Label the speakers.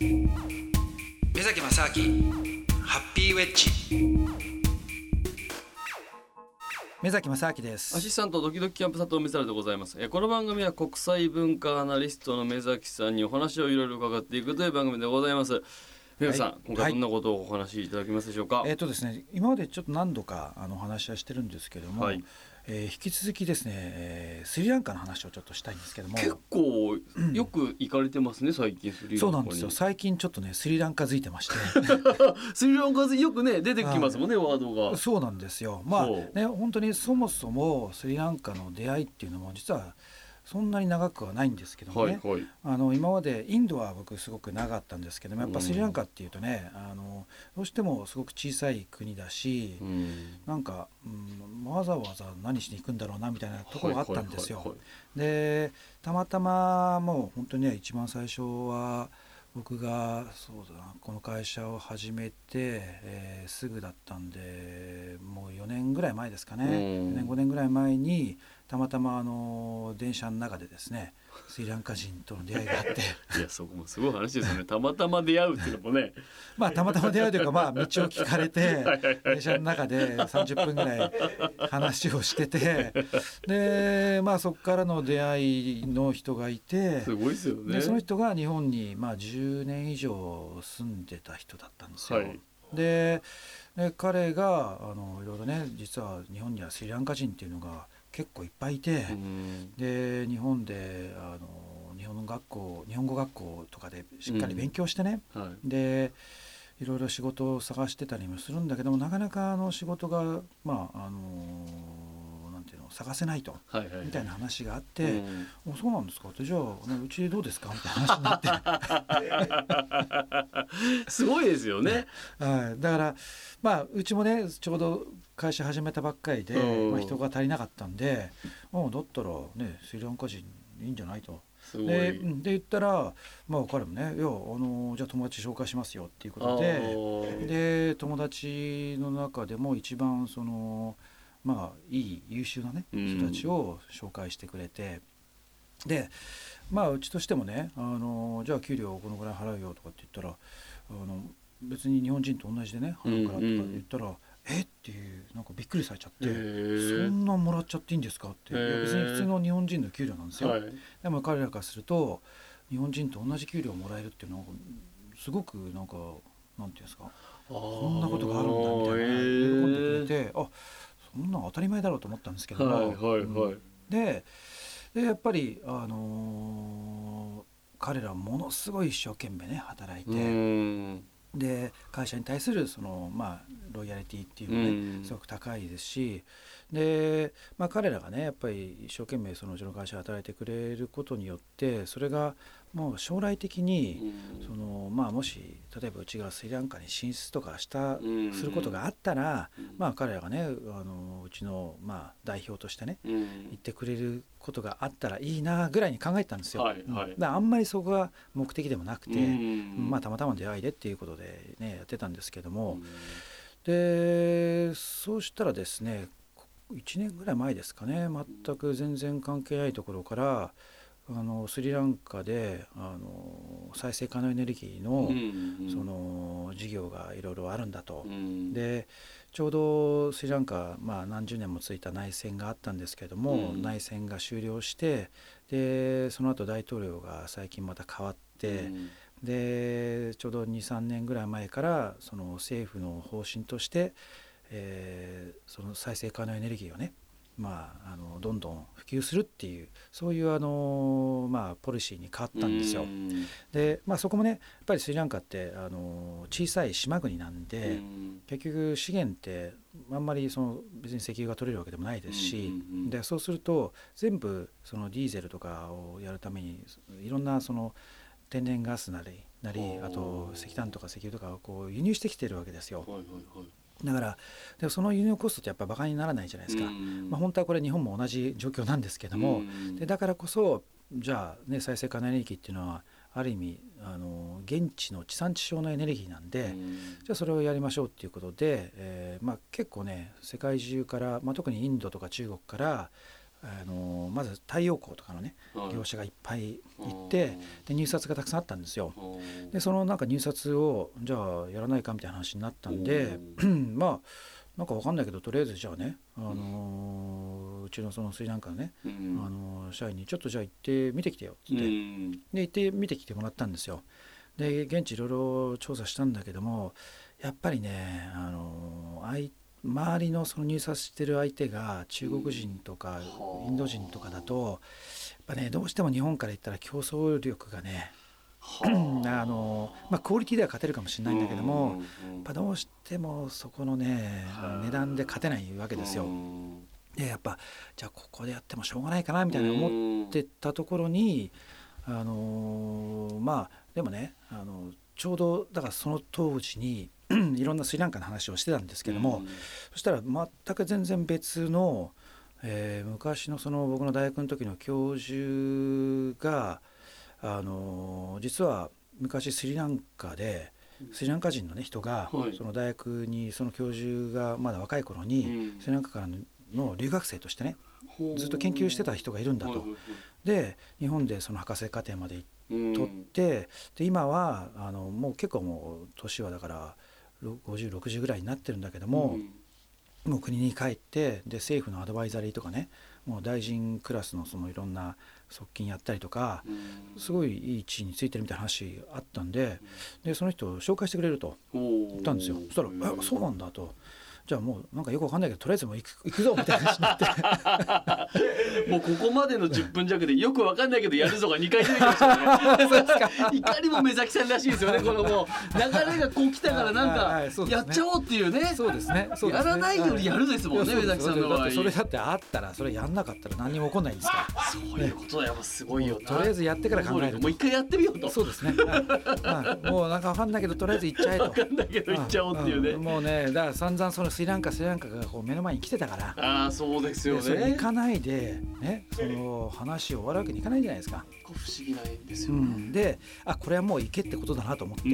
Speaker 1: 目崎正明ハッピーウェッジ。目崎正明です。
Speaker 2: アシスタントドキドキキャンプ佐藤美沙でございます。この番組は国際文化アナリストの目崎さんにお話をいろいろ伺っていくという番組でございます。目崎さん、はい、今回どんなことをお話しいただけますでしょうか。
Speaker 1: ですね、今までちょっと何度かお話はしてるんですけども、はい、引き続きですね、スリランカの話をちょっとしたいんですけども、
Speaker 2: 結構よく行かれてますね、最近スリランカに。
Speaker 1: そうなんですよ。最近ちょっとねスリランカづいてまして
Speaker 2: スリランカづよくね出てきますもんね、ワードが。
Speaker 1: そうなんですよ。まあね、本当にそもそもスリランカの出会いっていうのも実はそんなに長くはないんですけどもね、はいはい、今までインドは僕すごく長かったんですけども、やっぱスリランカっていうとね、どうしてもすごく小さい国だし、なんか、わざわざ何しに行くんだろうなみたいなところがあったんですよ。でたまたまもう本当にね一番最初は僕がそうだなこの会社を始めて、すぐだったんでもう4年ぐらい前ですかね、4年5年ぐらい前にたまたま電車の中でですねスリランカ人との出会いがあって
Speaker 2: いやそこもすごい話ですよね。たまたま出会うっていうのもね
Speaker 1: まあたまたま出会うというか、まあ道を聞かれて電車の中で30分ぐらい話をしててでまあそこからの出会いの人がいて、
Speaker 2: すごいですよね。
Speaker 1: でその人が日本にまあ10年以上住んでた人だったんですよ、はい、で彼がいろいろね実は日本にはスリランカ人っていうのが結構いっぱいいて、で日本で日本語学校とかでしっかり勉強してね、はい、でいろいろ仕事を探してたりもするんだけどもなかなか仕事がまあなんていうの探せないと、はいはいはい、みたいな話があって、そうなんですかってじゃあ、ね、うちどうですかみたいな話になって
Speaker 2: すごいですよね、
Speaker 1: はい、だからまあうちもねちょうど会社始めたばっかりで、まあ、人が足りなかったんでだったらねスリランカ人いいんじゃないとで言ったら、まあ、彼もねいやじゃあ友達紹介しますよっていうことで友達の中でも一番まあいい優秀なね人たちを紹介してくれて、でまあうちとしてもねじゃあ給料このぐらい払うよとかって言ったら別に日本人と同じでね払うからとか言ったら、っていうなんかびっくりされちゃって、そんなもらっちゃっていいんですかって、いや別に普通の日本人の給料なんですよ、はい、でも彼らからすると日本人と同じ給料をもらえるっていうのはすごくなんかなんていうんですかそんなことがあるんだみたいな、喜んでくれてそんな当たり前だろうと思ったんですけども、はいはいはい、でやっぱり彼らはものすごい一生懸命ね働いて、で会社に対するまあ、ロイヤリティっていうのはね、すごく高いですしで、まあ、彼らがねやっぱり一生懸命うちの会社で働いてくれることによってそれがもう将来的にまあ、もし例えばうちがスリランカに進出とかすることがあったら、まあ、彼らがねうちの、まあ、代表としてね言ってくれることがあったらいいなぐらいに考えてたんですよ、はいはい、だからあんまりそこが目的でもなくて、まあ、たまたま出会いでっていうことで、ね、やってたんですけども、でそうしたらですね1年ぐらい前ですかね全く全然関係ないところからスリランカで再生可能エネルギーの、事業がいろいろあるんだと、でちょうどスリランカ、まあ、何十年も続いた内戦があったんですけども、内戦が終了してでその後大統領が最近また変わって、でちょうど 2,3 年ぐらい前から政府の方針として、その再生可能エネルギーをねまあ、どんどん普及するっていうそういうまあ、ポリシーに変わったんですよ。で、まあ、そこもねやっぱりスリランカって小さい島国なんで結局資源ってあんまり別に石油が取れるわけでもないですし、でそうすると全部ディーゼルとかをやるためにいろんな天然ガスなりあと石炭とか石油とかをこう輸入してきてるわけですよ。だからでもその輸入コストってやっぱバカにならないじゃないですか、まあ、本当はこれ日本も同じ状況なんですけども、でだからこそじゃあね再生可能エネルギーっていうのはある意味現地の地産地消のエネルギーなんで、じゃあそれをやりましょうっていうことで、まあ、結構ね世界中から、まあ、特にインドとか中国からまず太陽光とかのね業者がいっぱい行ってで入札がたくさんあったんですよ。でそのなんか入札をじゃあやらないかみたいな話になったんでまあなんかわかんないけどとりあえずじゃあね、うちのそのスリランカのね、社員にちょっとじゃあ行って見てきてよって言って、で行って見てきてもらったんですよ。で現地いろいろ調査したんだけどもやっぱりね周りのその入札してる相手が中国人とかインド人とかだとやっぱねどうしても日本から言ったら競争力がねクオリティでは勝てるかもしれないんだけどもやっぱどうしてもそこのね値段で勝てないわけですよ。でやっぱじゃあここでやってもしょうがないかなみたいな思ってたところにでもねちょうどだからその当時にいろんなスリランカの話をしてたんですけども、そしたら全く全然別の、昔のその僕の大学の時の教授が実は昔スリランカでスリランカ人の、ね、人が、その大学にその教授がまだ若い頃に、スリランカからの留学生としてねずっと研究してた人がいるんだと。で日本でその博士課程まで取ってで今はもう結構もう年はだから50、60ぐらいになってるんだけども、もう国に帰ってで政府のアドバイザリーとかねもう大臣クラスのそのいろんな側近やったりとかすごいいい地位についてるみたいな話あったんでその人を紹介してくれると言ったんですよ。そしたらそうなんだと。じゃあもうなんかよくわかんないけどとりあえずもう行くぞみたいな話になって
Speaker 2: もうここまでの10分弱でよくわかんないけどやるぞが2回出てきましたねいかにも目崎さんらしいですよね。このもう流れがこう来たからなんかやっちゃおうっていうね。
Speaker 1: そうですね。
Speaker 2: やらないよりやるですもんね目崎さんの場合。
Speaker 1: だってそれだってあったらそれやんなかったら何にも起こんないんですから。
Speaker 2: そういうことだよ。すごいよな。
Speaker 1: とりあえずやってから考えると。
Speaker 2: もう一回やってみようと。
Speaker 1: そうですね。もうなんかわかんないけどとりあえず行っちゃえと。
Speaker 2: わかんないけど行っちゃおうっていうね。
Speaker 1: もうねだから散々そのスリランカがこう目の前に来てたから。
Speaker 2: そうですよね。
Speaker 1: それ行かないでねその話を終わるわけにいかないじゃないですか。
Speaker 2: 不思議なんですよね。
Speaker 1: でこれはもう行けってことだなと思って。